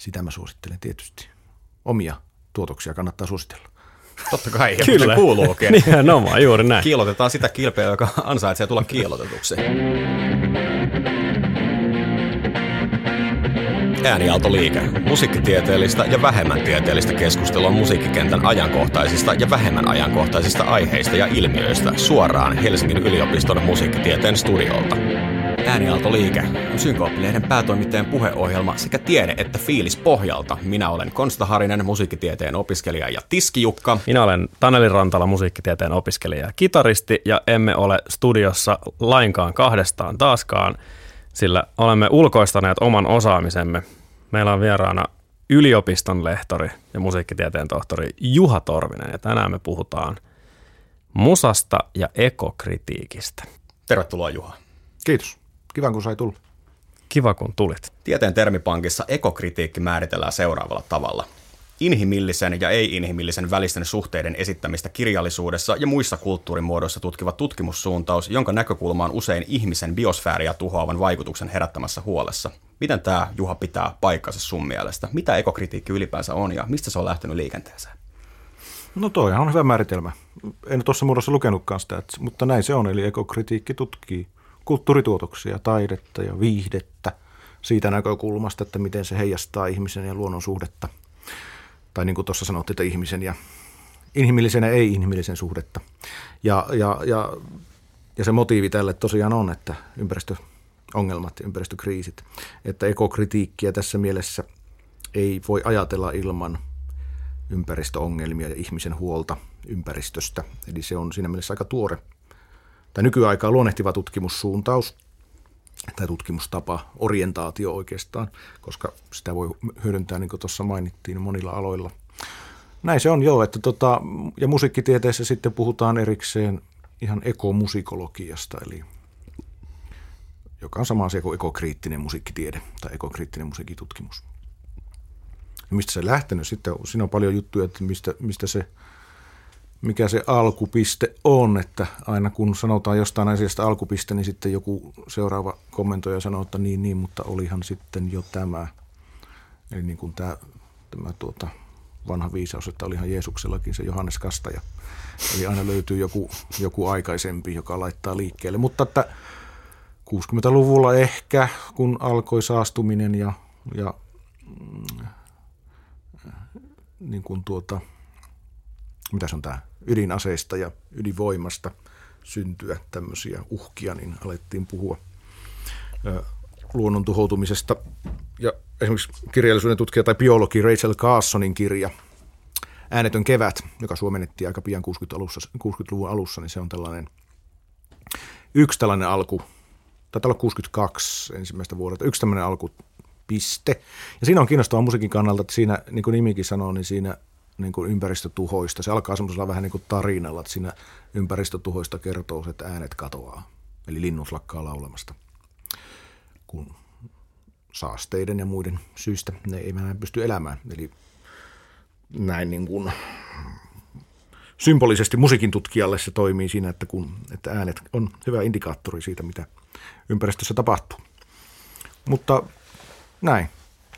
Sitä mä suosittelen tietysti. Omia tuotoksia kannattaa suositella. Totta kai, ja kyllä kuuluukin. Nimenomaan, juuri näin. Kiilotetaan sitä kilpeä, joka ansaitsee tulla kiilotetuksi. Ääniaaltoliike. Musiikkitieteellistä ja vähemmän tieteellistä keskustelua musiikkikentän ajankohtaisista ja vähemmän ajankohtaisista aiheista ja ilmiöistä suoraan Helsingin yliopiston musiikkitieteen studiolta. Ääniaaltoliike on Synkooppilehden päätoimittajan puheohjelma sekä tiede- että fiilis pohjalta. Minä olen Konsta Harinen, musiikkitieteen opiskelija ja Tiskijukka. Minä olen Taneli Rantala, musiikkitieteen opiskelija ja kitaristi, ja emme ole studiossa lainkaan kahdestaan taaskaan, sillä olemme ulkoistaneet oman osaamisemme. Meillä on vieraana yliopiston lehtori ja musiikkitieteen tohtori Juha Torvinen, ja tänään me puhutaan musasta ja ekokritiikistä. Tervetuloa, Juha. Kiitos. Kiva, kun sai tulla. Kiva, kun tulit. Tieteen termipankissa ekokritiikki määritellään seuraavalla tavalla. Inhimillisen ja ei-inhimillisen välisten suhteiden esittämistä kirjallisuudessa ja muissa kulttuurimuodoissa tutkiva tutkimussuuntaus, jonka näkökulma on usein ihmisen biosfääriä tuhoavan vaikutuksen herättämässä huolessa. Miten tämä, Juha, pitää paikkansa sun mielestä? Mitä ekokritiikki ylipäänsä on ja mistä se on lähtenyt liikenteeseen? No toihan on hyvä määritelmä. En tuossa muodossa lukenutkaan sitä, mutta näin se on. Eli ekokritiikki tutkii kulttuurituotoksia, taidetta ja viihdettä siitä näkökulmasta, että miten se heijastaa ihmisen ja luonnon suhdetta. Tai niin kuin tuossa sanottiin, että ihmisen ja inhimillisen ja ei-inhimillisen suhdetta. Ja se motiivi tälle tosiaan on, että ympäristöongelmat ja ympäristökriisit, että ekokritiikkiä tässä mielessä ei voi ajatella ilman ympäristöongelmia ja ihmisen huolta ympäristöstä. Eli se on siinä mielessä aika tuore tai nykyaikaa luonnehtiva tutkimussuuntaus tai tutkimustapa, orientaatio oikeastaan, koska sitä voi hyödyntää, niin kuin tuossa mainittiin, monilla aloilla. Näin se on, joo, että ja musiikkitieteessä sitten puhutaan erikseen ihan ekomusikologiasta, eli joka on sama asia kuin ekokriittinen musiikkitiede tai ekokriittinen musiikitutkimus. Ja mistä se lähtenyt? Sitten siinä on paljon juttuja, että mikä se alkupiste on, että aina kun sanotaan jostain asiasta alkupiste, niin sitten joku seuraava kommentoija sanoo, että niin, mutta olihan sitten jo tämä. Eli niin kuin tämä vanha viisaus, että olihan Jeesuksellakin se Johannes Kastaja. Eli aina löytyy joku aikaisempi, joka laittaa liikkeelle. Mutta että 60-luvulla ehkä, kun alkoi saastuminen ja niin kuin mitä se on tämä, ydinaseista ja ydinvoimasta syntyä tämmöisiä uhkia, niin alettiin puhua luonnon tuhoutumisesta. Ja esimerkiksi kirjallisuuden tutkija tai biologi Rachel Carsonin kirja Äänetön kevät, joka suomennettiin aika pian 60-luvun alussa, niin se on yksi tällainen alku, taitaa olla 62 ensimmäistä vuodelta, yksi tämmöinen alkupiste. Ja siinä on kiinnostavaa musiikin kannalta, että siinä, niin kuin nimikin sanoo, niin siinä niin kuin ympäristötuhoista. Se alkaa semmoisella vähän niin kuin tarinalla, että siinä ympäristötuhoista kertoo, että äänet katoaa. Eli linnut lakkaa laulamasta, kun saasteiden ja muiden syystä ne ei enää pysty elämään. Eli näin niin kuin symbolisesti musiikin tutkijalle se toimii siinä, että äänet on hyvä indikaattori siitä, mitä ympäristössä tapahtuu. Mutta näin.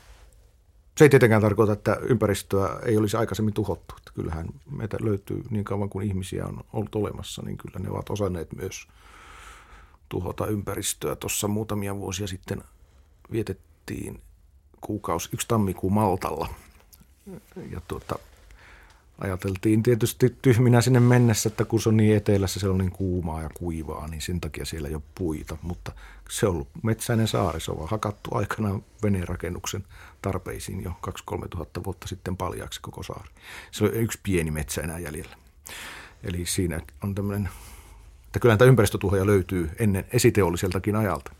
Se ei tietenkään tarkoita, että ympäristöä ei olisi aikaisemmin tuhottu. Että kyllähän meitä löytyy niin kauan kuin ihmisiä on ollut olemassa, niin kyllä ne ovat osanneet myös tuhota ympäristöä. Tuossa muutamia vuosia sitten vietettiin yksi tammikuu Maltalla. Ja ajateltiin tietysti tyhminä sinne mennessä, että kun se on niin etelässä, se on niin kuumaa ja kuivaa, niin sen takia siellä ei ole puita. Mutta se on ollut metsäinen saari, se on hakattu aikanaan veneenrakennuksen tarpeisiin jo 2-3 tuhatta vuotta sitten paljaaksi koko saari. Se on yksi pieni metsä enää jäljellä. Eli siinä on tämmöinen, että kyllähän tämä ympäristötuhoja löytyy ennen esiteolliseltakin ajalta.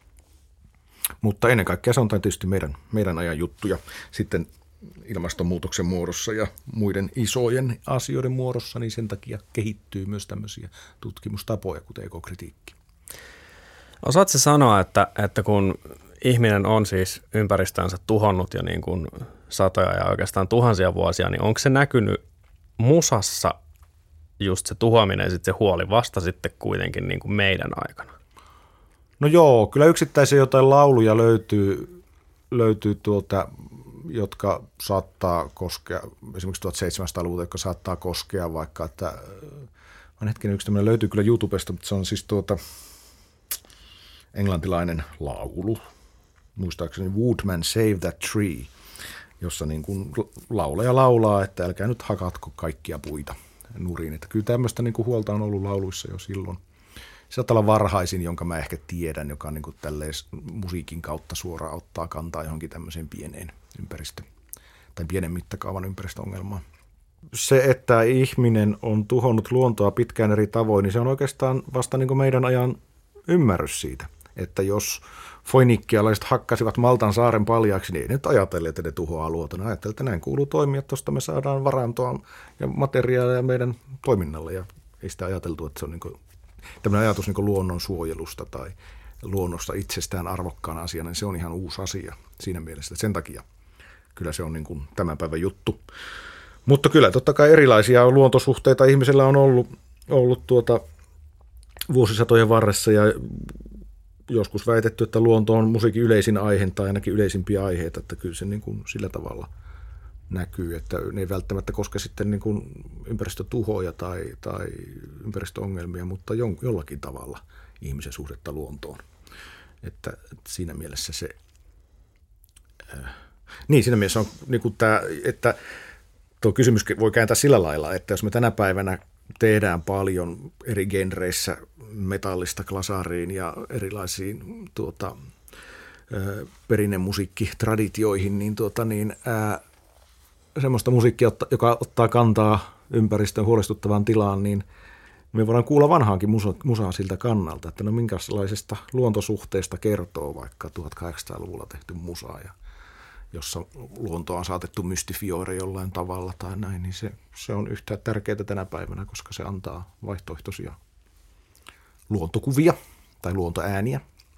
Mutta ennen kaikkea se on tietysti meidän ajan juttuja. Sitten ilmastonmuutoksen muodossa ja muiden isojen asioiden muodossa, niin sen takia kehittyy myös tämmöisiä tutkimustapoja, kuten ekokritiikki. Osaatko sanoa, että kun ihminen on siis ympäristönsä tuhonnut jo niin kuin satoja ja oikeastaan tuhansia vuosia, niin onko se näkynyt musassa just se tuhoaminen ja sitten se huoli vasta sitten kuitenkin niin kuin meidän aikana? No joo, kyllä yksittäisiä jotain lauluja löytyy jotka saattaa koskea, esimerkiksi 1700-luvulta, jotka saattaa koskea vaikka, että hetkinen, yksi tämmöinen löytyy kyllä YouTubesta, mutta se on siis englantilainen laulu, muistaakseni Woodman Save That Tree, jossa niin kuin laulaja laulaa, että älkää nyt hakatko kaikkia puita nuriin. Että kyllä tämmöistä niin kuin huolta on ollut lauluissa jo silloin. Se saattaa olla varhaisin, jonka mä ehkä tiedän, joka niin kuin tälleen musiikin kautta suoraan ottaa kantaa johonkin tämmöiseen pieneen tai pienen mittakaavan ympäristöongelmaan. Se, että ihminen on tuhonnut luontoa pitkään eri tavoin, niin se on oikeastaan vasta niin kuin meidän ajan ymmärrys siitä, että jos foinikkialaiset hakkasivat Maltan saaren paljaaksi, niin ei nyt ajatella, että ne tuhoaa luontoa. Ne ajattelee, että näin kuuluu toimia, että tuosta me saadaan varantoa ja materiaalia meidän toiminnalle. Ja ei sitä ajateltu, että se on niin kuin, tämmöinen ajatus niin kuin luonnon suojelusta tai luonnosta itsestään arvokkaana asiana, niin se on ihan uusi asia siinä mielessä. Sen takia kyllä se on niin kuin tämän päivän juttu. Mutta kyllä totta kai erilaisia luontosuhteita ihmisellä on ollut vuosisatojen varressa ja joskus väitetty, että luonto on musiikin yleisin aihe tai ainakin yleisimpiä aiheita, että kyllä se niin kuin sillä tavalla näkyy, että ne ei välttämättä koske sitten niin kuin ympäristötuhoja tai ympäristöongelmia, mutta jollakin tavalla ihmisen suhdetta luontoon. Että siinä mielessä se, siinä mielessä on niin kuin tämä, että tuo kysymys voi kääntää sillä lailla, että jos me tänä päivänä tehdään paljon eri genreissä metallista klasariin ja erilaisiin perinnemusiikkitraditioihin, niin, semmoista musiikkia, joka ottaa kantaa ympäristön huolestuttavaan tilaan, niin me voidaan kuulla vanhaankin musaa siltä kannalta, että no minkälaisesta luontosuhteesta kertoo vaikka 1800-luvulla tehty musa, ja jossa luontoa on saatettu mystifioida jollain tavalla tai näin, niin se on yhtä tärkeää tänä päivänä, koska se antaa vaihtoehtoisia luontokuvia tai luontoääniä.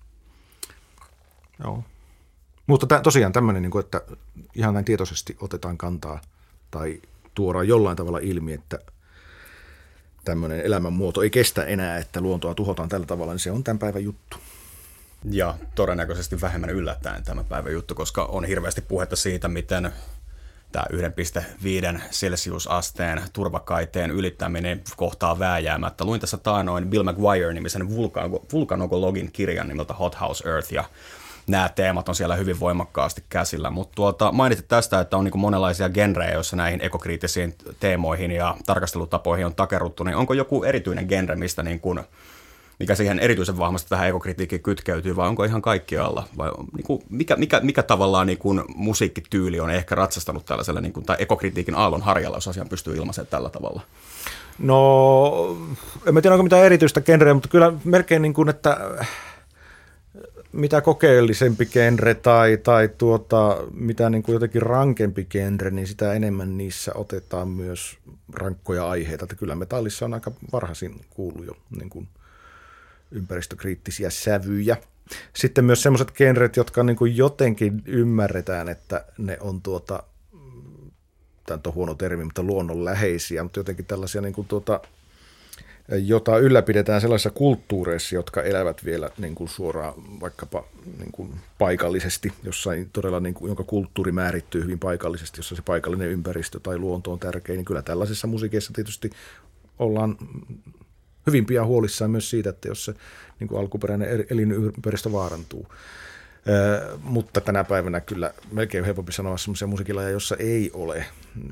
Joo. Mutta tosiaan tämmöinen, että ihan näin tietoisesti otetaan kantaa tai tuodaan jollain tavalla ilmi, että tämmöinen elämänmuoto ei kestä enää, että luontoa tuhotaan tällä tavalla, niin se on tämän päivän juttu. Ja todennäköisesti vähemmän yllättäen tämä päivän juttu, koska on hirveästi puhetta siitä, miten tämä 1,5 celsiusasteen turvakaiteen ylittäminen kohtaa vääjäämättä. Luin tässä taanoin Bill McGuire-nimisen vulkanologin kirjan nimeltä Hot House Earth, ja nämä teemat on siellä hyvin voimakkaasti käsillä. Mutta mainitsit tästä, että on niin kuin monenlaisia genrejä, joissa näihin ekokriittisiin teemoihin ja tarkastelutapoihin on takerruttu, niin onko joku erityinen genre, mistä niin kuin, mikä siihen erityisen vahvasti tähän ekokritiikkiin kytkeytyy, vai onko ihan kaikkialla? Vai niin kuin, mikä tavallaan niin kuin musiikkityyli on ehkä ratsastanut tällaiselle niin kuin, tai ekokritiikin aallon harjalla, jos asian pystyy ilmaisemaan tällä tavalla? No, en tiedä, onko mitään erityistä genreä, mutta kyllä melkein niin kuin, että mitä kokeellisempi genre tai mitä niin kuin jotenkin rankempi genre, niin sitä enemmän niissä otetaan myös rankkoja aiheita. Että kyllä metallissa on aika varhaisin kuullut jo niin kuin ympäristökriittisiä sävyjä. Sitten myös sellaiset genret, jotka niin kuin jotenkin ymmärretään, että ne on tämä on huono termi, mutta luonnonläheisiä, mutta jotenkin tällaisia niin kuin jota ylläpidetään sellaisissa kulttuureissa, jotka elävät vielä niin kuin suoraan vaikkapa niin kuin paikallisesti, jossain todella, niin kuin, jonka kulttuuri määrittyy hyvin paikallisesti, jossa se paikallinen ympäristö tai luonto on tärkeä, niin kyllä tällaisissa musiikeissa tietysti ollaan hyvin pian huolissaan myös siitä, että jos se niin kuin alkuperäinen elinympäristö vaarantuu. Mutta tänä päivänä kyllä melkein helpompi sanoa sellaisia musiikilajeja, jossa ei ole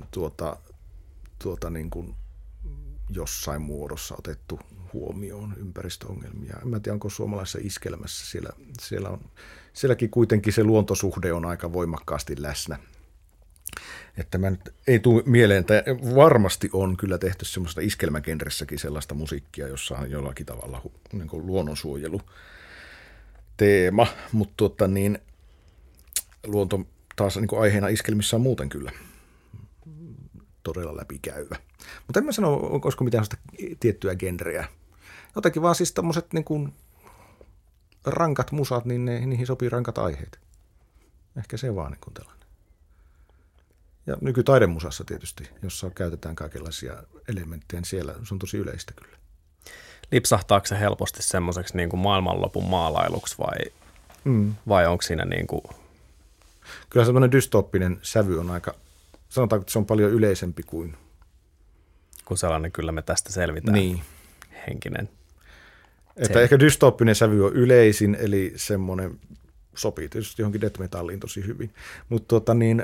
niin kuin jossain muodossa otettu huomioon ympäristöongelmia. En tiedä, onko suomalaisessa iskelmässä. Sielläkin kuitenkin se luontosuhde on aika voimakkaasti läsnä. Että mä nyt ei tule mieleen, että varmasti on kyllä tehty semmoista iskelmägenressäkin sellaista musiikkia, jossa on jollakin tavalla niin kuin luonnonsuojelu teema, mutta luonto taas niin kuin aiheena iskelmissä on muuten kyllä todella läpikäyvä. Mutta en mä sano, olisiko mitään tiettyä genreä. Jotenkin vaan siis tommoset niin kuin rankat musat, niin niihin sopii rankat aiheet. Ehkä se vaan niin kuin tällainen. Ja nykytaidemusassa tietysti, jossa käytetään kaikenlaisia elementtejä, niin siellä se on tosi yleistä kyllä. Lipsahtaako se helposti semmoiseksi niin kuin maailmanlopun maalailuksi vai onko siinä niin kuin Kyllä semmoinen dystooppinen sävy on aika, sanotaanko, että se on paljon yleisempi kuin sellainen, kyllä me tästä selvitään. Niin. Henkinen. Että ehkä dystooppinen sävy on yleisin, eli semmoinen sopii tietysti johonkin death metalliin tosi hyvin. Mutta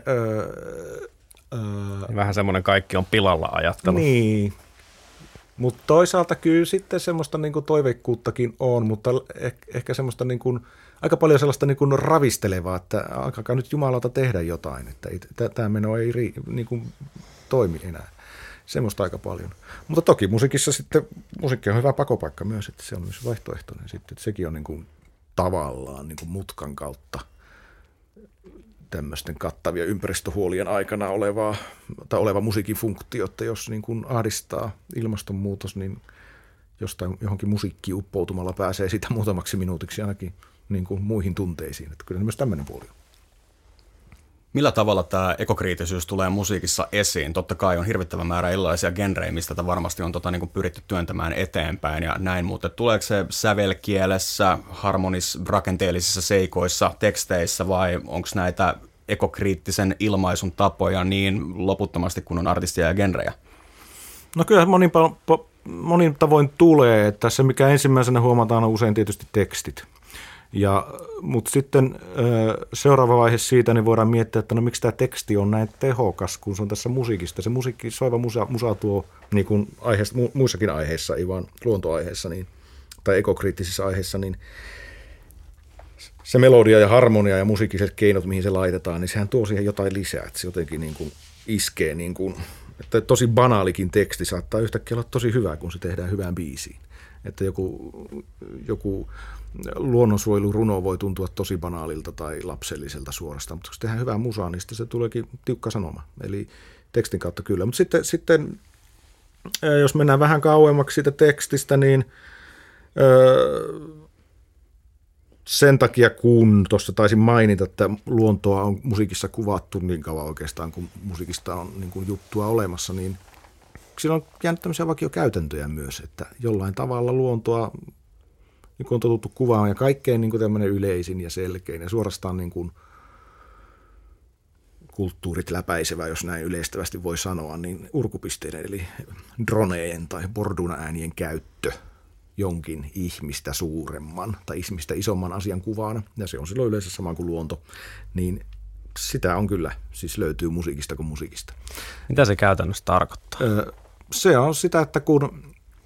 vähän semmoinen kaikki on pilalla ajattelu. Niin. Mutta toisaalta kyllä sitten semmoista niinku toiveikkuuttakin on, mutta ehkä semmoista niinku, aika paljon sellaista niinku ravistelevaa, että alkakaa nyt Jumalalta tehdä jotain, että tämä meno ei niinku toimi enää. Semmoista aika paljon. Mutta toki musiikissa sitten, musiikki on hyvä pakopaikka myös, että se on myös vaihtoehtoinen sitten, että sekin on niinku tavallaan niinku mutkan kautta tämmöisten kattavia ympäristöhuolien aikana oleva musiikin funktio, että jos niin kuin ahdistaa ilmastonmuutos, niin johonkin musiikkiin uppoutumalla pääsee sitä muutamaksi minuutiksi ainakin niin kuin muihin tunteisiin. Että kyllä myös tämmöinen puoli on. Millä tavalla tämä ekokriittisyys tulee musiikissa esiin? Totta kai on hirvittävä määrä erilaisia genrejä, mistä tätä varmasti on niin kuin pyritty työntämään eteenpäin ja näin, mutta tuleeko se sävelkielessä, rakenteellisissa seikoissa, teksteissä vai onko näitä ekokriittisen ilmaisun tapoja niin loputtomasti kuin on artistia ja genrejä? No kyllä monin tavoin tulee, että se mikä ensimmäisenä huomataan on usein tietysti tekstit. Mutta sitten seuraava vaihe siitä, niin voidaan miettiä, että no miksi tämä teksti on näin tehokas, kun se on tässä musiikista. Se musiikki, soiva musa tuo niin kuin muissakin aiheissa, ei vaan luontoaiheissa niin, tai ekokriittisissä aiheissa, niin se melodia ja harmonia ja musiikiset keinot, mihin se laitetaan, niin sehän tuo siihen jotain lisää, että se jotenkin niin kuin iskee, niin kuin, että tosi banaalikin teksti saattaa yhtäkkiä olla tosi hyvä, kun se tehdään hyvään biisiin. Että joku luonnonsuojeluruno voi tuntua tosi banaalilta tai lapselliselta suorastaan, mutta kun se tehdään hyvää musaa, niin se tuleekin tiukka sanoma. Eli tekstin kautta kyllä. Mutta sitten jos mennään vähän kauemmaksi siitä tekstistä, niin sen takia, kun tuossa taisin mainita, että luontoa on musiikissa kuvattu niin kauan oikeastaan, kun musiikista on niin kuin juttua olemassa, niin siinä on jäänyt tämmöisiä vakiokäytäntöjä myös, että jollain tavalla luontoa niin kuin on totuttu kuvaamaan ja kaikkein niin kuin tämmöinen yleisin ja selkein ja suorastaan niin kuin kulttuurit läpäisevä, jos näin yleistävästi voi sanoa, niin urkupisteiden eli dronejen tai borduna-äänien käyttö jonkin ihmistä suuremman tai ihmistä isomman asian kuvana, ja se on silloin yleensä sama kuin luonto, niin sitä on kyllä, siis löytyy musiikista kuin musiikista. Mitä se käytännössä tarkoittaa? Se on sitä, että kun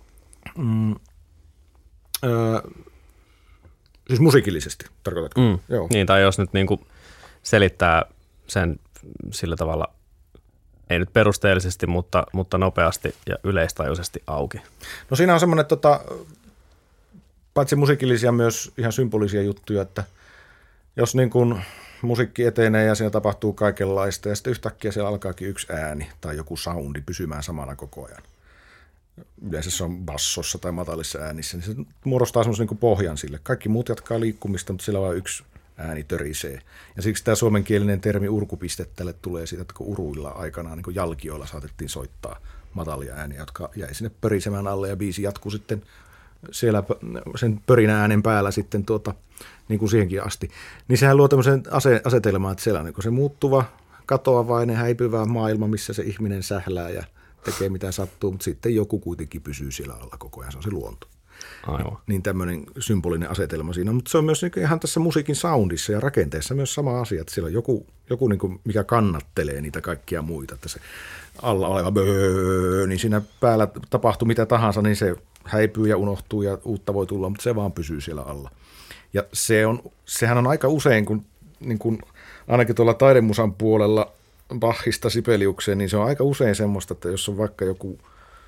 siis musiikillisesti, tarkoitatko? Joo. Niin, tai jos nyt niin kuin selittää sen sillä tavalla, ei nyt perusteellisesti, mutta nopeasti ja yleistajuisesti auki. No siinä on semmoinen, paitsi musiikillisia myös ihan symbolisia juttuja, että jos niin kuin musiikki etenee ja siinä tapahtuu kaikenlaista ja sitten yhtäkkiä siellä alkaakin yksi ääni tai joku soundi pysymään samana koko ajan. Yleensä se on bassossa tai matalissa äänissä, niin se muodostaa semmoisen niin kuin pohjan sille. Kaikki muut jatkaa liikkumista, mutta siellä vain yksi ääni törisee. Ja siksi tämä suomenkielinen termi urkupiste tälle tulee siitä, että kun uruilla aikanaan niin kuin jalkioilla saatettiin soittaa matalia ääniä, jotka jäi sinne pörisemään alle ja biisi jatkuu sitten siellä sen pörinä äänen päällä sitten niin kuin siihenkin asti. Niin sehän luo tämmöisen asetelman, että siellä on niin kuin se muuttuva, katoavainen, häipyvä maailma, missä se ihminen sählää ja tekee mitä sattuu, mutta sitten joku kuitenkin pysyy siellä alla koko ajan, se on se luonto. Aivan. Niin tämmöinen symbolinen asetelma siinä, mutta se on myös niin ihan tässä musiikin soundissa ja rakenteessa myös sama asia, että siellä on joku niin kuin, mikä kannattelee niitä kaikkia muita, että se alla oleva niin siinä päällä tapahtuu mitä tahansa, niin se häipyy ja unohtuu ja uutta voi tulla, mutta se vaan pysyy siellä alla. Ja sehän on aika usein, kun niin kuin ainakin tuolla taidemusan puolella Bachista Sibeliukseen, niin se on aika usein semmoista, että jos on vaikka joku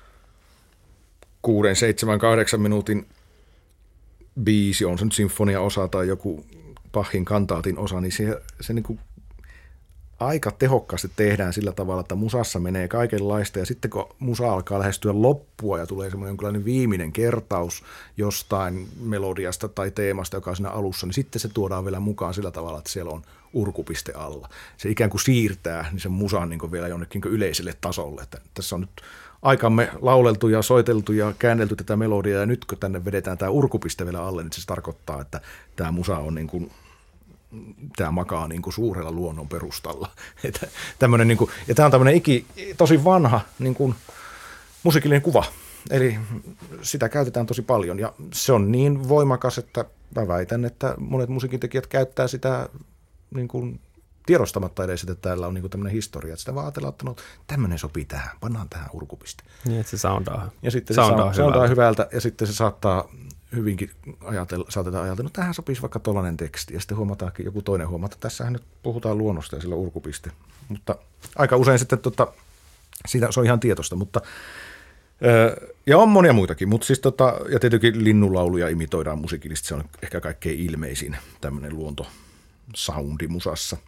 6, 7, 8 minuutin biisi, on se nyt sinfoniaosa tai joku Bachin kantaatin osa, niin se niin kuin aika tehokkaasti tehdään sillä tavalla, että musassa menee kaikenlaista ja sitten kun musa alkaa lähestyä loppua ja tulee semmoinen jonkinlainen viimeinen kertaus jostain melodiasta tai teemasta, joka on siinä alussa, niin sitten se tuodaan vielä mukaan sillä tavalla, että siellä on urkupiste alla. Se ikään kuin siirtää niin sen musan niin kuin vielä jonnekin niin yleiselle tasolle, että tässä on nyt aikamme lauleltu ja soiteltu ja käännelty tätä melodiaa ja nyt kun tänne vedetään tämä urkupiste vielä alle, niin se tarkoittaa, että tämä musa on niin kuin tämä makaa niin kuin suurella luonnon perustalla. Tämmöinen, niin kuin, ja tämä on tämmöinen tosi vanha niin kuin musiikillinen kuva. Eli sitä käytetään tosi paljon ja se on niin voimakas, että mä väitän, että monet musiikintekijät käyttää sitä niin kuin tiedostamatta edes, että täällä on niin kuin tämmöinen historia. Että sitä vaan ajatellaan, että no tämmöinen sopii tähän, pannaan tähän urkupiste. Niin, että se soundaa. Ja sitten se soundaa hyvältä ja sitten se saattaa hyvinkin saatetaan ajatella, no tähän sopisi vaikka tollainen teksti ja sitten huomataankin joku toinen huomata, että tässähän nyt puhutaan luonnosta ja sillä on urkupiste. Mutta aika usein sitten siitä se on ihan tietoista, mutta ja on monia muitakin, mutta siis ja tietenkin linnunlauluja imitoidaan musiikillisesti, se on ehkä kaikkein ilmeisin tämmöinen luontosoundi musassa.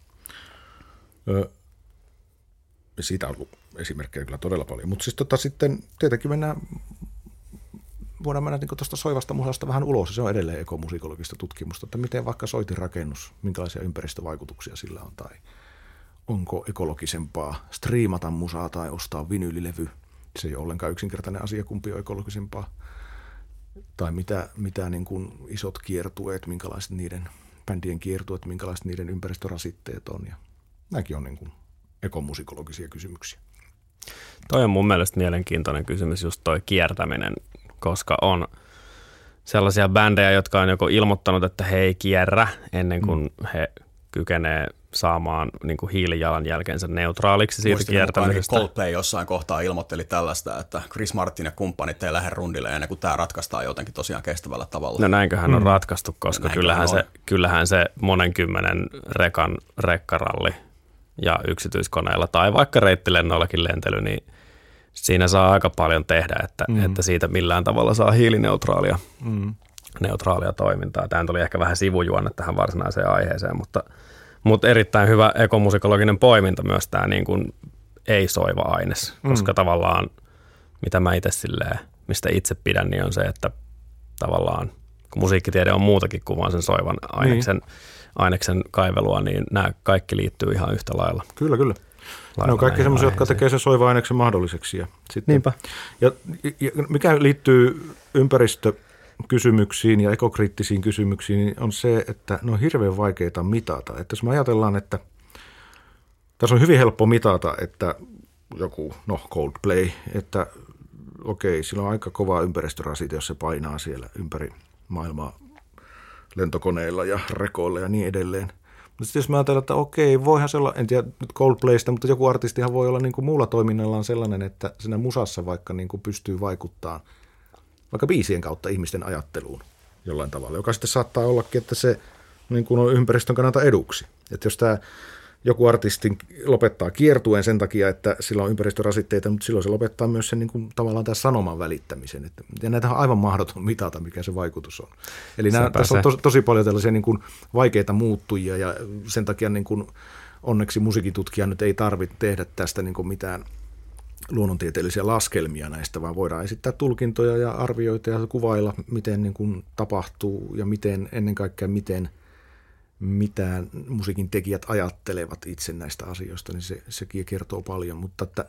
Siitä on ollut esimerkkejä kyllä todella paljon, mutta siis sitten tietenkin voidaan mennä niin tuosta soivasta musasta vähän ulos, ja se on edelleen ekomusikologista tutkimusta, että miten vaikka soitinrakennus, minkälaisia ympäristövaikutuksia sillä on, tai onko ekologisempaa striimata musaa tai ostaa vinyylilevy. Se ei ole ollenkaan yksinkertainen asia, kumpi on ekologisempaa. Tai mitä niin kuin isot kiertueet, minkälaiset niiden bändien kiertueet, minkälaiset niiden ympäristörasitteet on. Ja nämäkin on niin kuin ekomusikologisia kysymyksiä. Toi on mun mielestä mielenkiintoinen kysymys, just toi kiertäminen, koska on sellaisia bändejä, jotka on joko ilmoittanut, että he ei kierrä ennen kuin he kykenee saamaan niin kuin hiilijalanjälkeensä neutraaliksi siitä kiertämisestä. Coldplay jossain kohtaa ilmoitteli tällaista, että Chris Martin ja kumppanit ei lähde rundille ennen kuin tämä ratkaistaan jotenkin tosiaan kestävällä tavalla. No näinköhän on ratkaistu, koska kyllähän se monen kymmenen rekan rekkaralli ja yksityiskoneella tai vaikka reittilennoillakin lentely, niin siinä saa aika paljon tehdä, että siitä millään tavalla saa hiilineutraalia toimintaa. Tämä tuli ehkä vähän sivujuonne tähän varsinaiseen aiheeseen, mutta erittäin hyvä ekomusikologinen poiminta myös tämä niin kuin ei-soiva aines, koska tavallaan mitä mä itse mistä itse pidän, niin on se, että tavallaan kun musiikkitiede on muutakin kuin vaan sen soivan aineksen kaivelua, niin nämä kaikki liittyy ihan yhtä lailla. Kyllä. Ne on kaikki semmoisia, jotka tekee sen soiva-aineksen mahdolliseksi. Ja sitten, niinpä. Ja mikä liittyy ympäristökysymyksiin ja ekokriittisiin kysymyksiin, niin on se, että ne on hirveän vaikeita mitata. Että jos me ajatellaan, että tässä on hyvin helppo mitata, että joku, Coldplay, että okei, sillä on aika kova ympäristörasite, jos se painaa siellä ympäri maailmaa lentokoneilla ja rekoilla ja niin edelleen. Mutta sitten jos mä ajatellaan, että okei, voihan se olla, en tiedä nyt Coldplaysta, mutta joku artistihan voi olla niin kuin muulla toiminnallaan sellainen, että siinä musassa vaikka niin kuin pystyy vaikuttamaan vaikka biisien kautta ihmisten ajatteluun jollain tavalla, joka sitten saattaa ollakin, että se niin kuin on ympäristön kannalta eduksi. Että jos tämä joku artisti lopettaa kiertueen sen takia, että sillä on ympäristörasitteita, mutta silloin se lopettaa myös sen niin kuin, tavallaan tämän sanoman välittämisen. Ja näitä on aivan mahdoton mitata, mikä se vaikutus on. Eli tässä on tosi paljon tällaisia niin kuin vaikeita muuttujia ja sen takia niin kuin, onneksi musiikitutkija nyt ei tarvitse tehdä tästä niin kuin mitään luonnontieteellisiä laskelmia näistä, vaan voidaan esittää tulkintoja ja arvioita ja kuvailla, miten niin kuin tapahtuu ja miten ennen kaikkea mitä musiikin tekijät ajattelevat itse näistä asioista, niin sekin kertoo paljon, mutta että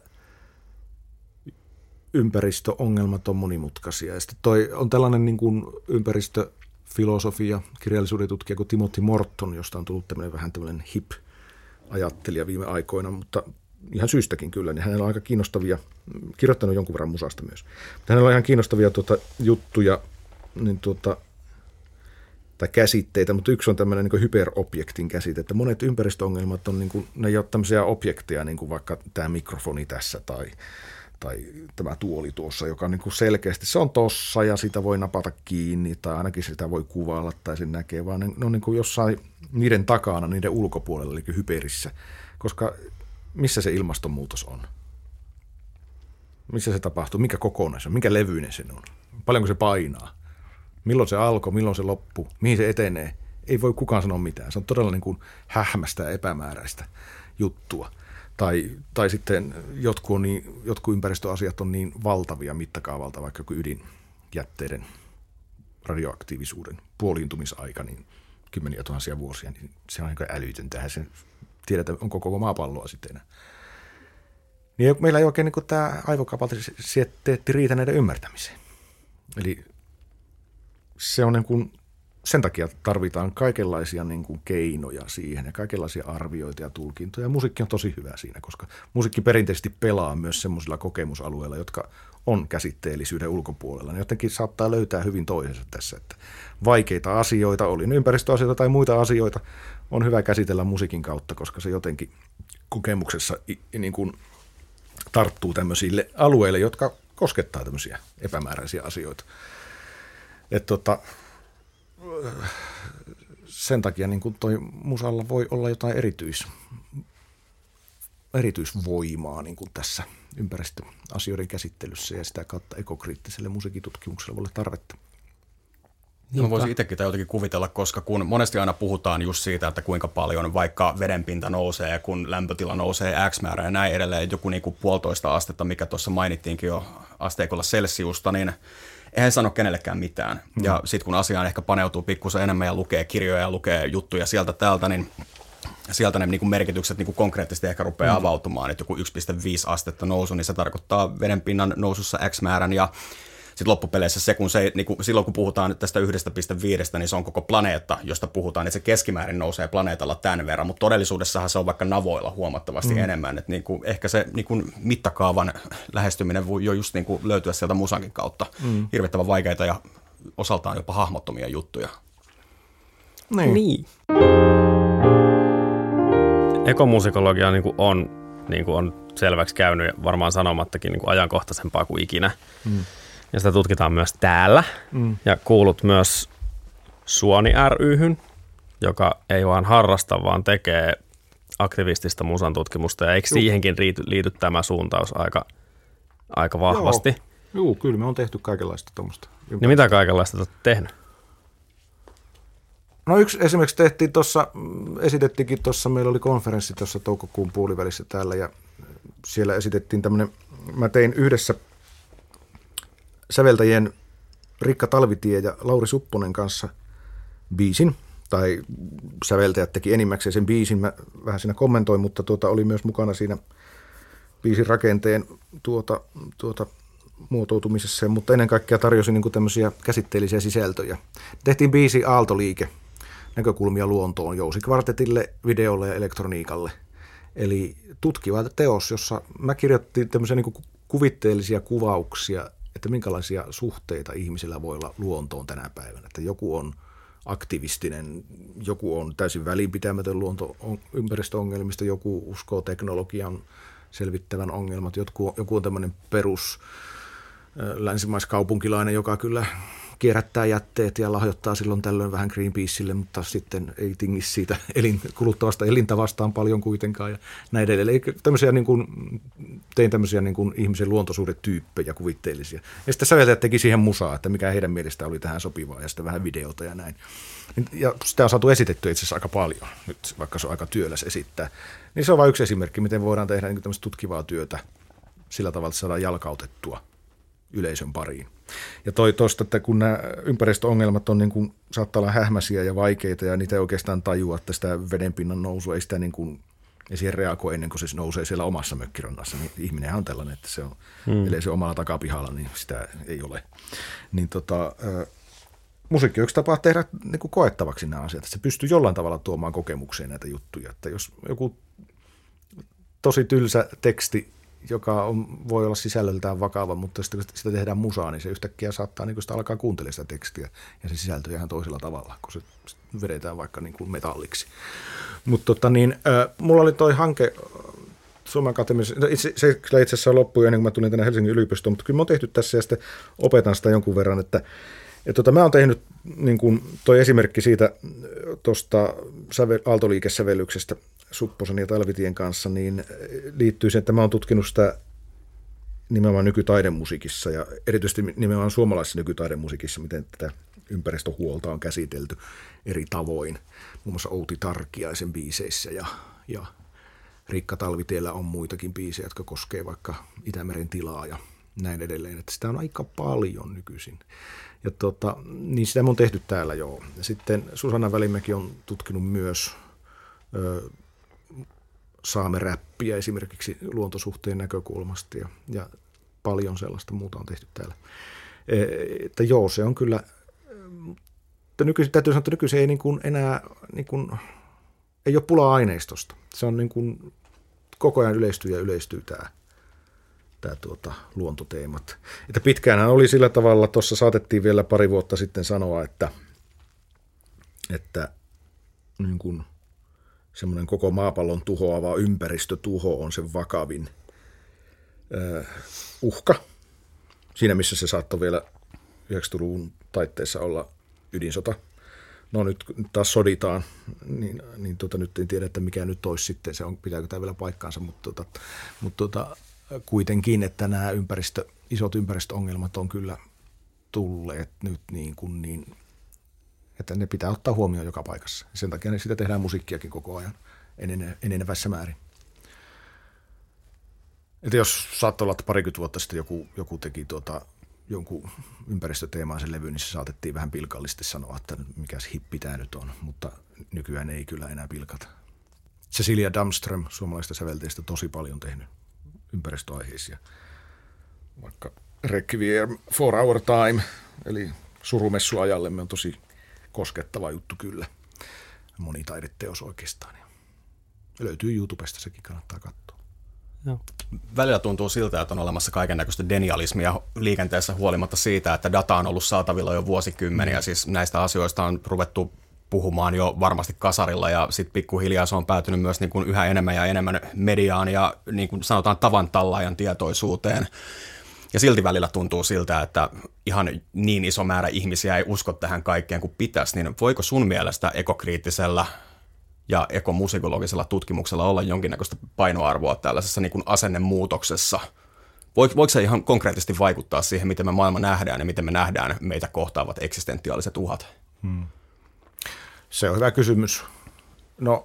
ympäristöongelmat on monimutkaisia. Ja sitten on tällainen niin kuin ympäristöfilosofia, kirjallisuuden tutkija kuin Timothy Morton, josta on tullut tämmöinen hip-ajattelija viime aikoina, mutta ihan syystäkin kyllä, niin hänellä on aika kiinnostavia, kirjoittanut jonkun verran musasta myös, mutta hänellä on ihan kiinnostavia juttuja, niin tai käsitteitä, mutta yksi on tämmöinen niin kuin hyperobjektin käsite, että monet ympäristöongelmat on, niin kuin, ne ei ole tämmöisiä objekteja, niin kuin vaikka tämä mikrofoni tässä tai tämä tuoli tuossa, joka on niin kuin selkeästi, se on tossa ja sitä voi napata kiinni tai ainakin sitä voi kuvailla tai sen näkee, vaan ne on niin kuin jossain niiden takana, niiden ulkopuolella, eli hyperissä, koska missä se ilmastonmuutos on? Missä se tapahtuu? Mikä kokonaisuus on? Minkä levyinen se on? Paljonko se painaa? Milloin se alkoi, milloin se loppui, mihin se etenee? Ei voi kukaan sanoa mitään. Se on todella niin kuin hähmästä ja epämääräistä juttua. Tai sitten jotkut ympäristöasiat on niin valtavia mittakaavalta, vaikka joku ydinjätteiden radioaktiivisuuden puoliintumisaika, niin kymmeniä tuhansia vuosia, niin se on niin kuin älytön. Tähän sen tiedetään, onko koko maapalloa sitten enää. Niin meillä ei oikein niin tämä aivokapasiteetti riitä näiden ymmärtämiseen. Eli se on niin kuin sen takia tarvitaan kaikenlaisia niin kuin keinoja siihen ja kaikenlaisia arvioita ja tulkintoja. Ja musiikki on tosi hyvä siinä, koska musiikki perinteisesti pelaa myös semmoisilla kokemusalueilla, jotka on käsitteellisyyden ulkopuolella. Ne jotenkin saattaa löytää hyvin toisensa tässä, että vaikeita asioita, oli ne ympäristöasioita tai muita asioita, on hyvä käsitellä musiikin kautta, koska se jotenkin kokemuksessa niin kuin tarttuu tämmöisille alueille, jotka koskettaa tämmöisiä epämääräisiä asioita. Sen takia niin kuin toi musalla voi olla jotain erityisvoimaa niin kuin tässä ympäristöasioiden käsittelyssä ja sitä kautta ekokriittiselle musiikitutkimukselle voi olla tarvetta. Mä voisin itsekin tai jotenkin kuvitella, koska kun monesti aina puhutaan just siitä, että kuinka paljon vaikka vedenpinta nousee, kun lämpötila nousee X määrä ja näin edelleen, joku niin kuin 1,5 astetta, mikä tuossa mainittiinkin jo asteikolla Celsiusta, niin eihän sano kenellekään mitään. Ja sitten kun asiaan ehkä paneutuu pikkusen enemmän ja lukee kirjoja ja lukee juttuja sieltä täältä, niin sieltä ne niin kuin merkitykset niin kuin konkreettisesti ehkä rupeaa avautumaan, että joku 1,5 astetta nousu, niin se tarkoittaa vedenpinnan nousussa X määrän ja sitten loppupeleissä se, kun se, niin kuin silloin kun puhutaan tästä 1,5, niin se on koko planeetta, josta puhutaan, että se keskimäärin nousee planeetalla tämän verran, mutta todellisuudessahan se on vaikka navoilla huomattavasti enemmän, että niin kuin, ehkä se niin kuin mittakaavan lähestyminen voi jo just niin kuin löytyä sieltä musankin kautta. Hirvittävän vaikeita ja osaltaan jopa hahmottomia juttuja. Niin. Ekomusikologia niin kuin on selväksi käynyt ja varmaan sanomattakin niin kuin ajankohtaisempaa kuin ikinä. Ja sitä tutkitaan myös täällä. Ja kuulut myös Suoni ry:hyn, joka ei vaan harrasta, vaan tekee aktivistista musan tutkimusta. Ja eikö siihenkin liity tämä suuntaus aika vahvasti? Joo, kyllä me on tehty kaikenlaista tuommoista. Niin mitä kaikenlaista olet tehnyt? No yksi esimerkiksi esitettiinkin tuossa, meillä oli konferenssi tuossa toukokuun puolivälissä täällä ja siellä esitettiin tämmöinen, mä tein yhdessä säveltäjien Rikka Talvitie ja Lauri Supponen kanssa biisin, tai säveltäjät teki enimmäkseen sen biisin, mä vähän siinä kommentoin, mutta oli myös mukana siinä biisin rakenteen muotoutumisessa, mutta ennen kaikkea tarjosi niin kuin tämmöisiä käsitteellisiä sisältöjä. Tehtiin biisi Aaltoliike, näkökulmia luontoon, jousikvartetille, videolle ja elektroniikalle. Eli tutkiva teos, jossa mä kirjoittiin tämmöisiä niin kuin kuvitteellisia kuvauksia, että minkälaisia suhteita ihmisillä voi olla luontoon tänä päivänä. Että joku on aktivistinen, joku on täysin välinpitämätön ympäristöongelmista, joku uskoo teknologian selvittävän ongelmat, joku on tämmöinen perus länsimaiskaupunkilainen, joka kyllä kierrättää jätteet ja lahjoittaa silloin tällöin vähän Greenpeacelle, mutta sitten ei tingi siitä kuluttavasta elintavastaan paljon kuitenkaan ja näin edelleen. Eli tein tämmöisiä niin kuin ihmisen luontosuhdetyyppejä kuvitteellisia. Ja sitten säveltäjät teki siihen musaa, että mikä heidän mielestään oli tähän sopivaa ja sitten vähän videota ja näin. Ja sitä on saatu esitettyä itse asiassa aika paljon, nyt vaikka se on aika työläs esittää. Niin se on vain yksi esimerkki, miten voidaan tehdä niin tämmöistä tutkivaa työtä sillä tavalla, että saadaan jalkautettua yleisön pariin. Ja tuosta, että kun nämä ympäristöongelmat on niin kuin, saattaa olla hähmäisiä ja vaikeita ja niitä ei oikeastaan tajua, että sitä vedenpinnan nousua ei sitä niin kuin, ei siihen reagoi ennen kuin se nousee siellä omassa mökkirannassa. Niin ihminenhän on tällainen, että se on, ellei se omalla takapihalla, niin sitä ei ole. Niin musiikki on yksi tapa tehdä niin kuin koettavaksi nämä asiat, että se pystyy jollain tavalla tuomaan kokemukseen näitä juttuja. Että jos joku tosi tylsä teksti, joka voi olla sisällöltään vakava, mutta sitten kun sitä tehdään musaa, niin se yhtäkkiä saattaa, niin kun sitä alkaa kuuntelemaan sitä tekstiä, ja se sisältö ihan toisella tavalla, kun se vedetään vaikka niin kuin metalliksi. Mutta mulla oli toi hanke Suomen Akatemiassa, se itse asiassa loppui ennen kuin mä tulin tänne Helsingin yliopistoon, mutta kyllä mä oon tehty tässä ja sitten opetan sitä jonkun verran, että mä oon tehnyt, niin kuin toi esimerkki siitä tuosta aaltoliikesävellyksestä Supposen ja Talvitien kanssa, niin liittyy siihen, että mä oon tutkinut sitä nimenomaan nykytaidemusiikissa ja erityisesti nimenomaan suomalaisessa nykytaidemusiikissa, miten tätä ympäristöhuolta on käsitelty eri tavoin. Muun muassa Outi Tarkiaisen biiseissä ja Rikka Talvitiellä on muitakin biisejä, jotka koskee vaikka Itämeren tilaa ja näin edelleen. Että sitä on aika paljon nykyisin. Ja niin sitä on tehty täällä joo. Ja sitten Susanna Välimäki on tutkinut myös saameräppiä esimerkiksi luontosuhteen näkökulmasta ja paljon sellaista muuta on tehty täällä. Että joo, se on kyllä täytyy sanoa, että nykyisin ei niin kuin enää niin kuin, ei ole pulaa aineistosta. Se on niin kuin koko ajan yleistyy tämä luontoteemat. Että pitkäänhän oli sillä tavalla, tuossa saatettiin vielä pari vuotta sitten sanoa, että niin kuin semmoinen koko maapallon tuhoava ympäristötuho on se vakavin uhka. Siinä, missä se saattoi vielä 90-luvun taitteessa olla ydinsota. No nyt taas soditaan, niin nyt en tiedä, että mikä nyt olisi sitten, pitääkö tämä vielä paikkaansa, mutta kuitenkin, että nämä isot ympäristöongelmat on kyllä tulleet nyt niin, että ne pitää ottaa huomioon joka paikassa. Sen takia sitä tehdään musiikkiakin koko ajan enenevässä määrin. Että jos saattoi olla, että parikymmentä vuotta sitten joku teki jonkun ympäristöteemaisen levyn, niin se saatettiin vähän pilkallisesti sanoa, että mikäs hippi tämä nyt on, mutta nykyään ei kyllä enää pilkata. Cecilia Damström suomalaista sävelteistä tosi paljon tehnyt ympäristöaiheisia, vaikka Requiem for Our Time, eli surumessuajallemme on tosi koskettava juttu kyllä. Monitaideteos oikeastaan. Ja löytyy YouTubesta, sekin kannattaa katsoa. Joo. Välillä tuntuu siltä, että on olemassa kaikennäköistä denialismia liikenteessä huolimatta siitä, että data on ollut saatavilla jo vuosikymmeniä. Siis näistä asioista on ruvettu puhumaan jo varmasti kasarilla ja sitten pikkuhiljaa se on päätynyt myös niin kuin yhä enemmän ja enemmän mediaan ja niin kuin sanotaan tavan tallaajan tietoisuuteen. Ja silti välillä tuntuu siltä, että ihan niin iso määrä ihmisiä ei usko tähän kaikkeen kuin pitäisi, niin voiko sun mielestä ekokriittisellä ja ekomusikologisella tutkimuksella olla jonkinnäköistä painoarvoa tällaisessa niin kuin asennemuutoksessa? Voiko se ihan konkreettisesti vaikuttaa siihen, miten me maailma nähdään ja miten me nähdään meitä kohtaavat eksistentiaaliset uhat? Se on hyvä kysymys. No,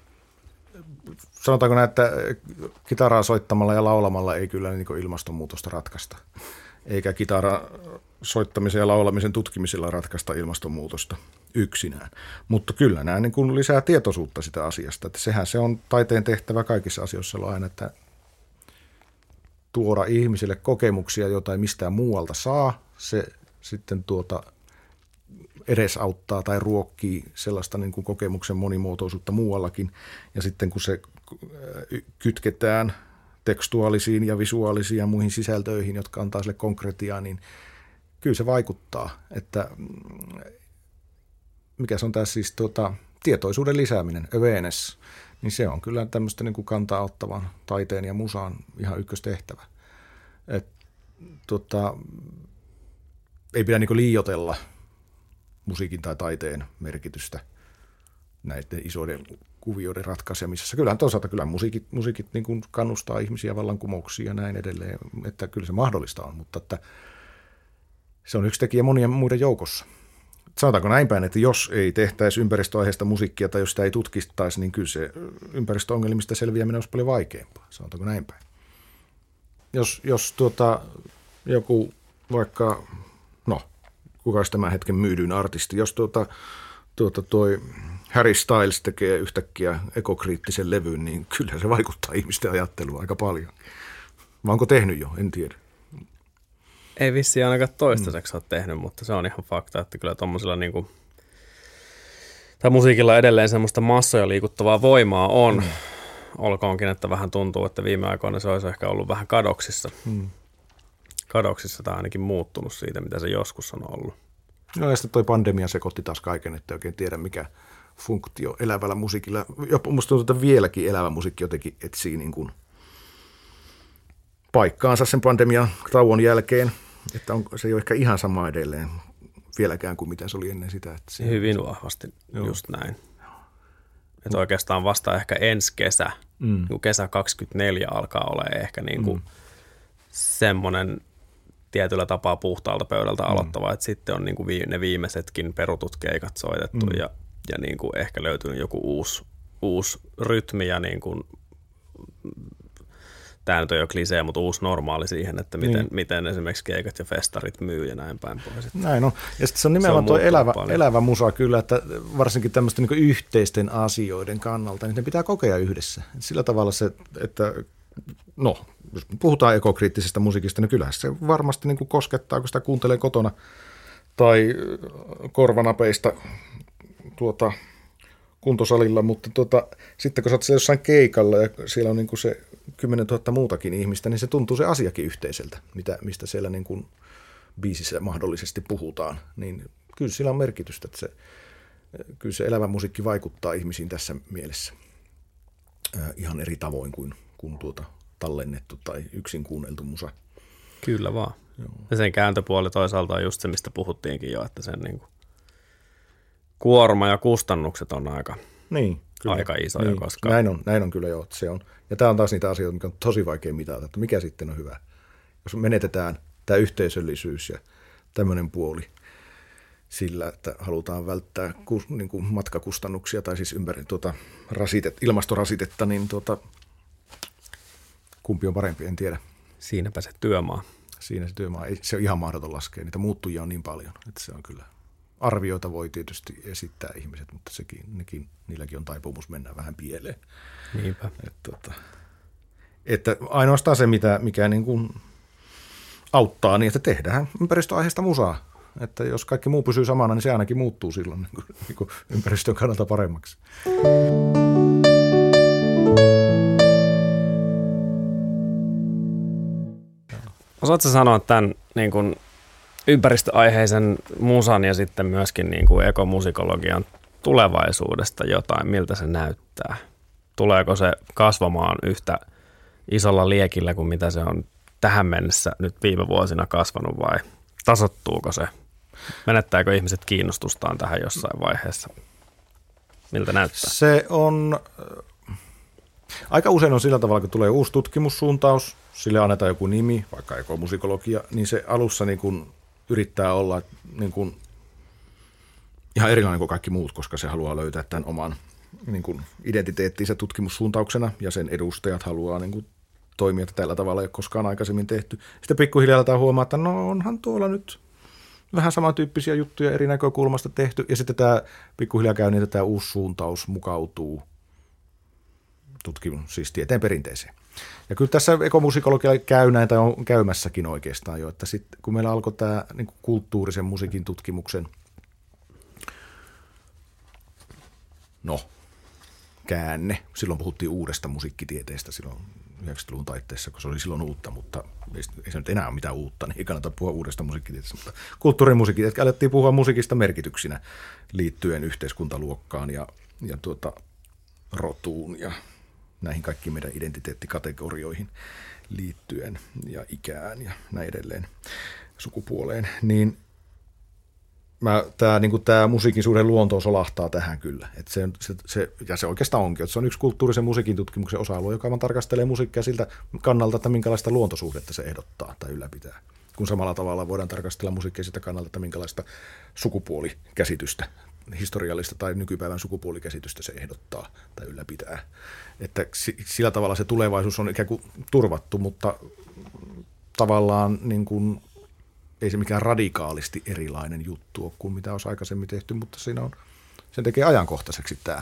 sanotaanko näin, että kitaraa soittamalla ja laulamalla ei kyllä niin kuin ilmastonmuutosta ratkaista, eikä kitaran soittamisen ja laulamisen tutkimisella ratkaista ilmastonmuutosta yksinään. Mutta kyllä nämä niin kuin lisää tietoisuutta sitä asiasta. Että sehän se on taiteen tehtävä kaikissa asioissa aina, että tuoda ihmisille kokemuksia, joita ei mistään muualta saa. Se sitten edesauttaa tai ruokkii sellaista niin kuin kokemuksen monimuotoisuutta muuallakin. Ja sitten kun se kytketään tekstuaalisiin ja visuaalisiin ja muihin sisältöihin, jotka antaa sille konkretiaa, niin kyllä se vaikuttaa. Että mikä se on tässä siis tietoisuuden lisääminen, awareness, niin se on kyllä tämmöistä niin kuin kantaa ottavan taiteen ja musaan ihan ykköstehtävä. Ei pidä niin kuin liioitella musiikin tai taiteen merkitystä näiden isoiden kuvioiden ratkaisemisessa. Kyllähän toisaalta kyllä musiikit niin kuin kannustaa ihmisiä vallankumouksiin ja näin edelleen, että kyllä se mahdollista on, mutta että se on yksi tekijä monien muiden joukossa. Sanotaanko näin päin, että jos ei tehtäisi ympäristöaiheesta musiikkia tai jos sitä ei tutkistaisi, niin kyllä se ympäristöongelmista selviäminen olisi paljon vaikeampaa. Sanotaanko näin päin. Jos joku vaikka, kuka olisi tämän hetken myydyin artisti, jos toi Harry Styles tekee yhtäkkiä ekokriittisen levyn, niin kyllä se vaikuttaa ihmisten ajatteluun aika paljon. Vai onko tehnyt jo? En tiedä. Ei vissiin ainakaan toistaiseksi ole tehnyt, mutta se on ihan fakta, että kyllä tuommoisilla niinku, tai musiikilla edelleen semmoista massoja liikuttavaa voimaa on. Olkoonkin, että vähän tuntuu, että viime aikoina se olisi ehkä ollut vähän kadoksissa. Kadoksissa tai ainakin muuttunut siitä, mitä se joskus on ollut. No ja sitten toi pandemia sekoitti taas kaiken, että oikein tiedä mikä funktio elävällä musiikilla. Jopa musta tuntuu, että vieläkin elävä musiikki jotenkin etsii niin kuin paikkaansa sen pandemian tauon jälkeen. Että se ei ole ehkä ihan sama edelleen vieläkään kuin mitä se oli ennen sitä. Että se, hyvin vahvasti just näin. Että oikeastaan vasta ehkä ensi kesä, kun kesä 2024 alkaa olla ehkä niin kuin semmoinen tietyllä tapaa puhtaalta pöydältä aloittava, että sitten on niin kuin ne viimeisetkin perutut keikat soitettu ja niin kuin ehkä löytynyt joku uusi rytmi ja niin kuin, tämä nyt on jo klisee, mutta uusi normaali siihen, että miten esimerkiksi keikat ja festarit myy ja näin päin pois. Näin on. Ja sitten se on nimenomaan tuo elävä musa kyllä, että varsinkin tämmöisten niin yhteisten asioiden kannalta, niin ne pitää kokea yhdessä. Sillä tavalla se, että jos puhutaan ekokriittisestä musiikista, niin kyllähän se varmasti niin kuin koskettaa, kun sitä kuuntelee kotona tai korvanapeista kuntosalilla, mutta sitten kun sä oot siellä jossain keikalla ja siellä on niin kuin se 10 000 muutakin ihmistä, niin se tuntuu se asiakin yhteiseltä, mistä siellä niin kuin biisissä mahdollisesti puhutaan, niin kyllä sillä on merkitystä, että kyllä se elävä musiikki vaikuttaa ihmisiin tässä mielessä ihan eri tavoin kuin tallennettu tai yksin kuunneltu musa. Kyllä vaan. Joo. Ja sen kääntöpuoli toisaalta on just se, mistä puhuttiinkin jo, että sen niin kuin kuorma ja kustannukset on aika isoja. Niin. Koska Näin on kyllä jo. Se on. Ja tämä on taas niitä asioita, mikä on tosi vaikea mitata, että mikä sitten on hyvä. Jos menetetään tämä yhteisöllisyys ja tämmöinen puoli sillä, että halutaan välttää niin kuin matkakustannuksia tai siis ilmastorasitetta, niin kumpi on parempi, en tiedä. Siinäpä se työmaa. Siinä se työmaa. Se on ihan mahdoton laskea. Niitä muuttujia on niin paljon, että se on kyllä. Arvioita voi tietysti esittää ihmiset, mutta niilläkin on taipumus mennä vähän pieleen. Niinpä. Että ainoastaan se, mikä niin kuin auttaa, niin että tehdään ympäristöaiheesta musaa. Että jos kaikki muu pysyy samana, niin se ainakin muuttuu silloin niin kuin ympäristön kannalta paremmaksi. Osaatko sanoa tämän niin kuin ympäristöaiheisen musan ja sitten myöskin niin kuin ekomusikologian tulevaisuudesta jotain, miltä se näyttää? Tuleeko se kasvamaan yhtä isolla liekillä kuin mitä se on tähän mennessä nyt viime vuosina kasvanut vai tasoittuuko se? Menettääkö ihmiset kiinnostustaan tähän jossain vaiheessa? Miltä näyttää? Se on, aika usein on sillä tavalla, kun tulee uusi tutkimussuuntaus, sille annetaan joku nimi, vaikka ekomusikologia, niin se alussa niin kuin yrittää olla niin kuin ihan erilainen kuin kaikki muut, koska se haluaa löytää tämän oman niin kuin identiteettinsä tutkimussuuntauksena ja sen edustajat haluaa niin kuin toimia, että tällä tavalla ei ole koskaan aikaisemmin tehty. Sitten pikkuhiljaa aletaan huomaa, että no onhan tuolla nyt vähän samantyyppisiä juttuja eri näkökulmasta tehty ja sitten tämä pikkuhiljaa käy niin, että tämä uusi suuntaus mukautuu siis tieteen perinteeseen. Ja kyllä tässä ekomusikologia käy näin, tai on käymässäkin oikeastaan jo, että sitten kun meillä alkoi tämä niin kuin kulttuurisen musiikin tutkimuksen käänne, silloin puhuttiin uudesta musiikkitieteestä silloin 90-luvun taitteessa, kun se oli silloin uutta, mutta ei se nyt enää ole mitään uutta, niin ei kannata puhua uudesta musiikkitieteestä, mutta kulttuurin musiikkitieteestä alettiin puhua musiikista merkityksinä liittyen yhteiskuntaluokkaan ja rotuun ja näihin kaikkiin meidän identiteettikategorioihin liittyen ja ikään ja näin edelleen sukupuoleen, niin tämä musiikin suhde luontoon solahtaa tähän kyllä. Että se oikeastaan onkin, että se on yksi kulttuurisen musiikin tutkimuksen osa-alue, joka vaan tarkastelee musiikkia siltä kannalta, että minkälaista luontosuhdetta se ehdottaa tai ylläpitää. Kun samalla tavalla voidaan tarkastella musiikkia siltä kannalta, että minkälaista sukupuolikäsitystä, historiallista tai nykypäivän sukupuolikäsitystä se ehdottaa tai ylläpitää. Että sillä tavalla se tulevaisuus on ikään kuin turvattu, mutta tavallaan niin kuin ei se mikään radikaalisti erilainen juttu ole kuin mitä olisi aikaisemmin tehty, mutta sen tekee ajankohtaiseksi tämä.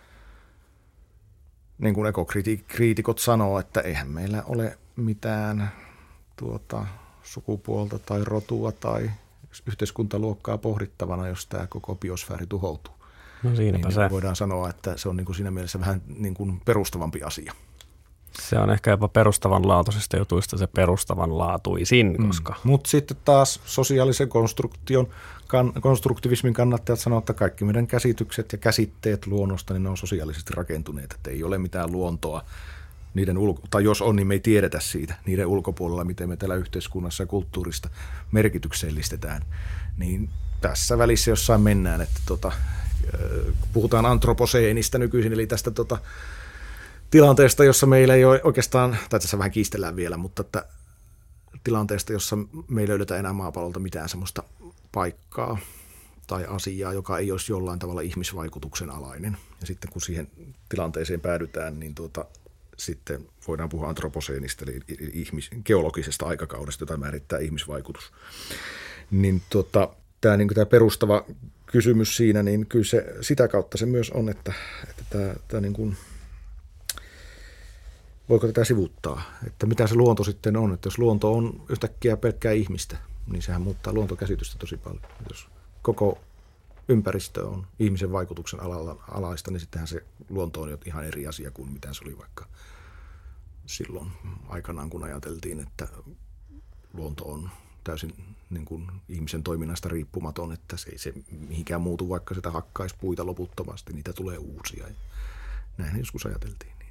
Niin kuin ekokriitikot sanoo, että eihän meillä ole mitään sukupuolta tai rotua tai yhteiskuntaluokkaa pohdittavana, jos tämä koko biosfääri tuhoutuu. No siinäpä niin se. Voidaan sanoa, että se on niin kuin siinä mielessä vähän niin kuin perustavampi asia. Se on ehkä jopa perustavanlaatuisista jutuista se perustavanlaatuisin, koska Mutta sitten taas sosiaalisen konstruktivismin kannattajat sanoo, että kaikki meidän käsitykset ja käsitteet luonnosta, niin ne on sosiaalisesti rakentuneet, että ei ole mitään luontoa niiden tai jos on, niin me ei tiedetä siitä niiden ulkopuolella, miten me täällä yhteiskunnassa ja kulttuurista merkityksellistetään. Niin tässä välissä jossain mennään, että puhutaan antroposeenista nykyisin, eli tästä tilanteesta, jossa meillä ei ole oikeastaan, tai tässä vähän kiistellään vielä, mutta että tilanteesta, jossa me ei löydetä enää maapallolta mitään semmoista paikkaa tai asiaa, joka ei olisi jollain tavalla ihmisvaikutuksen alainen. Ja sitten kun siihen tilanteeseen päädytään, niin sitten voidaan puhua antroposeenista, eli geologisesta aikakaudesta, jota määrittää ihmisvaikutus. Niin tämä perustava kysymys siinä, niin kyllä se, sitä kautta se myös on, että tämä niin kuin, voiko tätä sivuuttaa, että mitä se luonto sitten on, että jos luonto on yhtäkkiä pelkkää ihmistä, niin sehän muuttaa luontokäsitystä tosi paljon. Jos koko ympäristö on ihmisen vaikutuksen alaista, niin sittenhän se luonto on jo ihan eri asia kuin mitä se oli vaikka silloin aikanaan, kun ajateltiin, että luonto on täysin niin kuin ihmisen toiminnasta riippumaton, että se ei se mihinkään muutu, vaikka sitä hakkaisi puita loputtomasti, niitä tulee uusia. Ja näinhän joskus ajateltiin. Niin.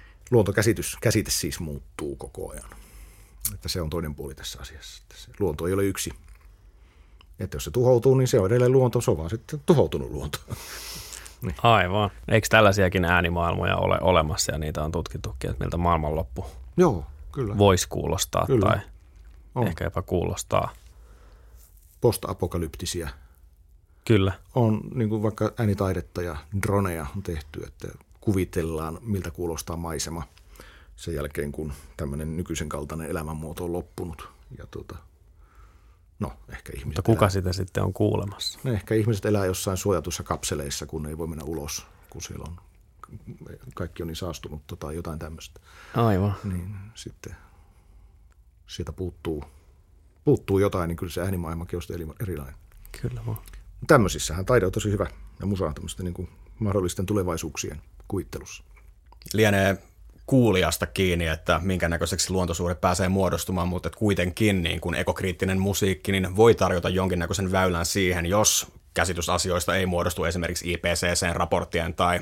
Käsite siis muuttuu koko ajan. Että se on toinen puoli tässä asiassa. Että se luonto ei ole yksi. Että jos se tuhoutuu, niin se on edelleen luonto, se on vaan sitten tuhoutunut luonto. Niin. Aivan. Eikö tällaisiakin äänimaailmoja ole olemassa ja niitä on tutkittukin, että miltä maailmanloppu voisi kuulostaa tai ehkä jopa kuulostaa? Post-apokalyptisia. Kyllä. On niin kuin vaikka äänitaidetta ja droneja on tehty, että kuvitellaan miltä kuulostaa maisema sen jälkeen, kun tämmöinen nykyisen kaltainen elämänmuoto on loppunut. Ja ehkä ihmiset mutta kuka sitä sitten on kuulemassa? No ehkä ihmiset elää jossain suojatuissa kapseleissa, kun ei voi mennä ulos, kun siellä on kaikki on niin saastunutta tai jotain tämmöistä. Aivan. Niin sitten sieltä puuttuu jotain, niin kyllä se äänimaailmakin on erilainen. Kyllä vaan. Tämmöisissähän taide on tosi hyvä ja musa on tämmöistä niin kuin mahdollisten tulevaisuuksien kuvittelussa. Lienee kuulijasta kiinni, että minkä näköiseksi luontosuhde pääsee muodostumaan, mutta kuitenkin niin kuin ekokriittinen musiikki niin voi tarjota jonkinnäköisen väylän siihen, jos käsitys asioista ei muodostu esimerkiksi IPCC-raporttien tai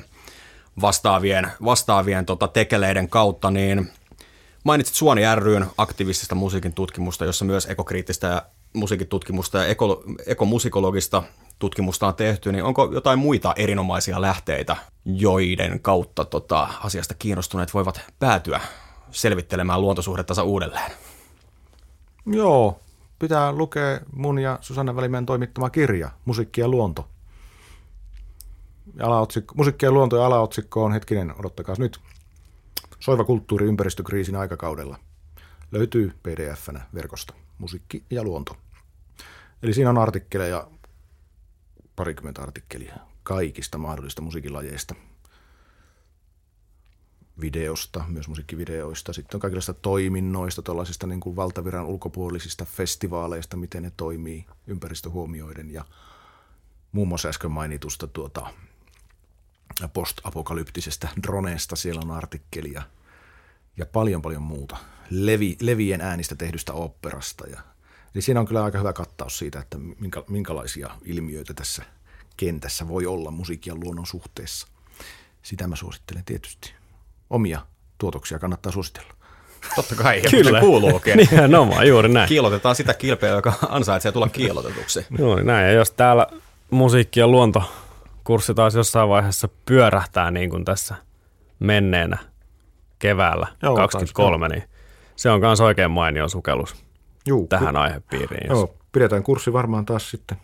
vastaavien tekeleiden kautta, niin mainitsit Suoni ry:n aktiivista musiikin tutkimusta, jossa myös ekokriittistä musiikin tutkimusta ja ekomusikologista tutkimusta on tehty, niin onko jotain muita erinomaisia lähteitä, joiden kautta asiasta kiinnostuneet voivat päätyä selvittelemään luontosuhdettansa uudelleen? Joo, pitää lukea mun ja Susanna Välimäen toimittama kirja, Musiikki ja luonto. Musiikki ja luonto ja alaotsikko on, odottakaa nyt, Soiva kulttuuri ympäristökriisin aikakaudella. Löytyy pdf-nä verkosta, Musiikki ja luonto. Eli siinä on artikkeleja, 20 artikkelia kaikista mahdollisista musiikilajeista, videosta, myös musiikkivideoista, sitten on kaikenlaista toiminnoista, tuollaisista niin kuin valtaviran ulkopuolisista festivaaleista, miten ne toimii ympäristö huomioiden ja muun muassa äsken mainitusta post-apokalyptisesta droneesta siellä on artikkelia ja paljon muuta. Levien äänistä tehdystä oopperasta. Eli siinä on kyllä aika hyvä kattaus siitä, että minkälaisia ilmiöitä tässä kentässä voi olla musiikin ja luonnon suhteessa. Sitä mä suosittelen tietysti. Omia tuotoksia kannattaa suositella. Totta kai, ja kyllä kuuluukin. Nimenomaan, juuri näin. Kiilotetaan sitä kilpeä, joka ansaitsee tulla kiilotetuksi. Juuri näin, ja jos täällä musiikki- ja luontokurssi taas jossain vaiheessa pyörähtää niin kuin tässä menneenä keväällä 2023, niin se on myös oikein mainio sukellus tähän aihepiiriin. Joo, pidetään kurssi varmaan taas sitten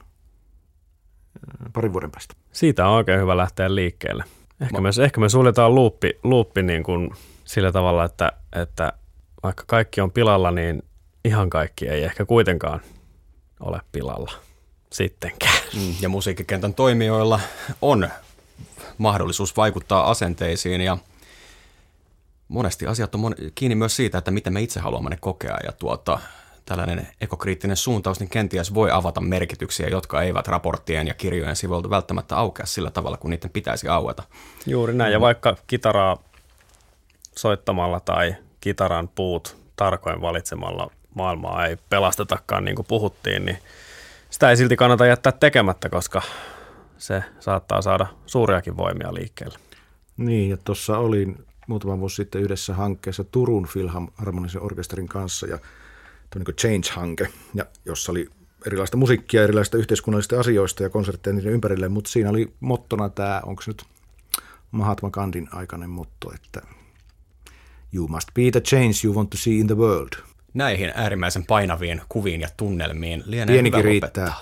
parin vuoden päästä. Siitä on oikein hyvä lähteä liikkeelle. Ehkä me suljetaan luuppi niin kuin sillä tavalla, että vaikka kaikki on pilalla, niin ihan kaikki ei ehkä kuitenkaan ole pilalla sittenkään. Ja musiikkikentän toimijoilla on mahdollisuus vaikuttaa asenteisiin ja monesti asiat on kiinni myös siitä, että miten me itse haluamme ne kokea ja tällainen ekokriittinen suuntaus niin kenties voi avata merkityksiä, jotka eivät raporttien ja kirjojen sivuilta välttämättä aukea sillä tavalla, kun niiden pitäisi aueta. Juuri näin, ja vaikka kitaraa soittamalla tai kitaran puut tarkoin valitsemalla maailmaa ei pelastetakaan niin kuin puhuttiin, niin sitä ei silti kannata jättää tekemättä, koska se saattaa saada suuriakin voimia liikkeelle. Niin, ja tuossa olin muutama vuosi sitten yhdessä hankkeessa Turun Filharmonisen orkesterin kanssa ja niin Change-hanke, jossa oli erilaista musiikkia, erilaista yhteiskunnallisista asioista ja konsertteja niiden ympärille, mutta siinä oli mottona tämä, onko se nyt Mahatma Gandhin aikainen motto, että you must be the change you want to see in the world. Näihin äärimmäisen painaviin kuviin ja tunnelmiin lienee pienikin riittää.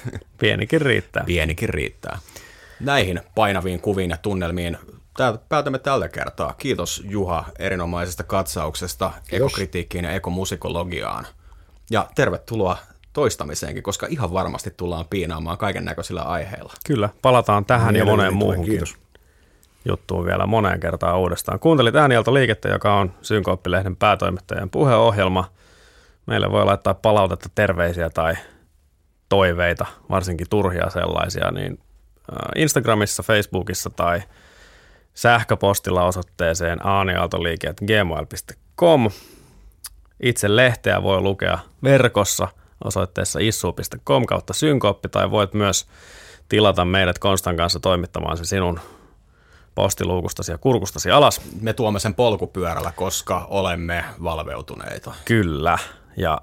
Pienikin riittää. Näihin painaviin kuviin ja tunnelmiin päätämme tällä kertaa. Kiitos Juha erinomaisesta katsauksesta ekokritiikkiin ja ekomusikologiaan. Ja tervetuloa toistamiseenkin, koska ihan varmasti tullaan piinaamaan kaiken näköisillä aiheilla. Kyllä, palataan tähän ja moneen muuhunkin juttuun vielä moneen kertaan uudestaan. Kuuntelit Äänialto liikettä, joka on Synkooppilehden päätoimittajan puheohjelma. Meille voi laittaa palautetta, terveisiä tai toiveita, varsinkin turhia sellaisia, niin Instagramissa, Facebookissa tai sähköpostilla osoitteeseen aaniaaltoliike@gmail.com. Itse lehteä voi lukea verkossa osoitteessa issu.com/synkooppi tai voit myös tilata meidät Konstan kanssa toimittamaan se sinun postiluukustasi ja kurkustasi alas. Me tuomme sen polkupyörällä, koska olemme valveutuneita. Kyllä, ja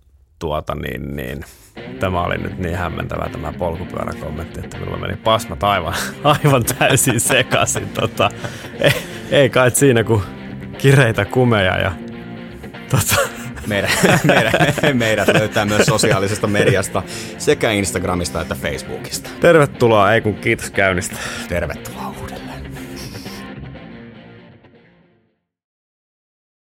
tämä oli nyt niin hämmentävä tämä polkupyöräkommentti, että minulla meni pasmat aivan täysin sekaisin. Ei kai siinä kuin kireitä kumeja ja Meidät löytää myös sosiaalisesta mediasta sekä Instagramista että Facebookista. Tervetuloa, ei kun kiitos käynnistä. Tervetuloa uudelleen.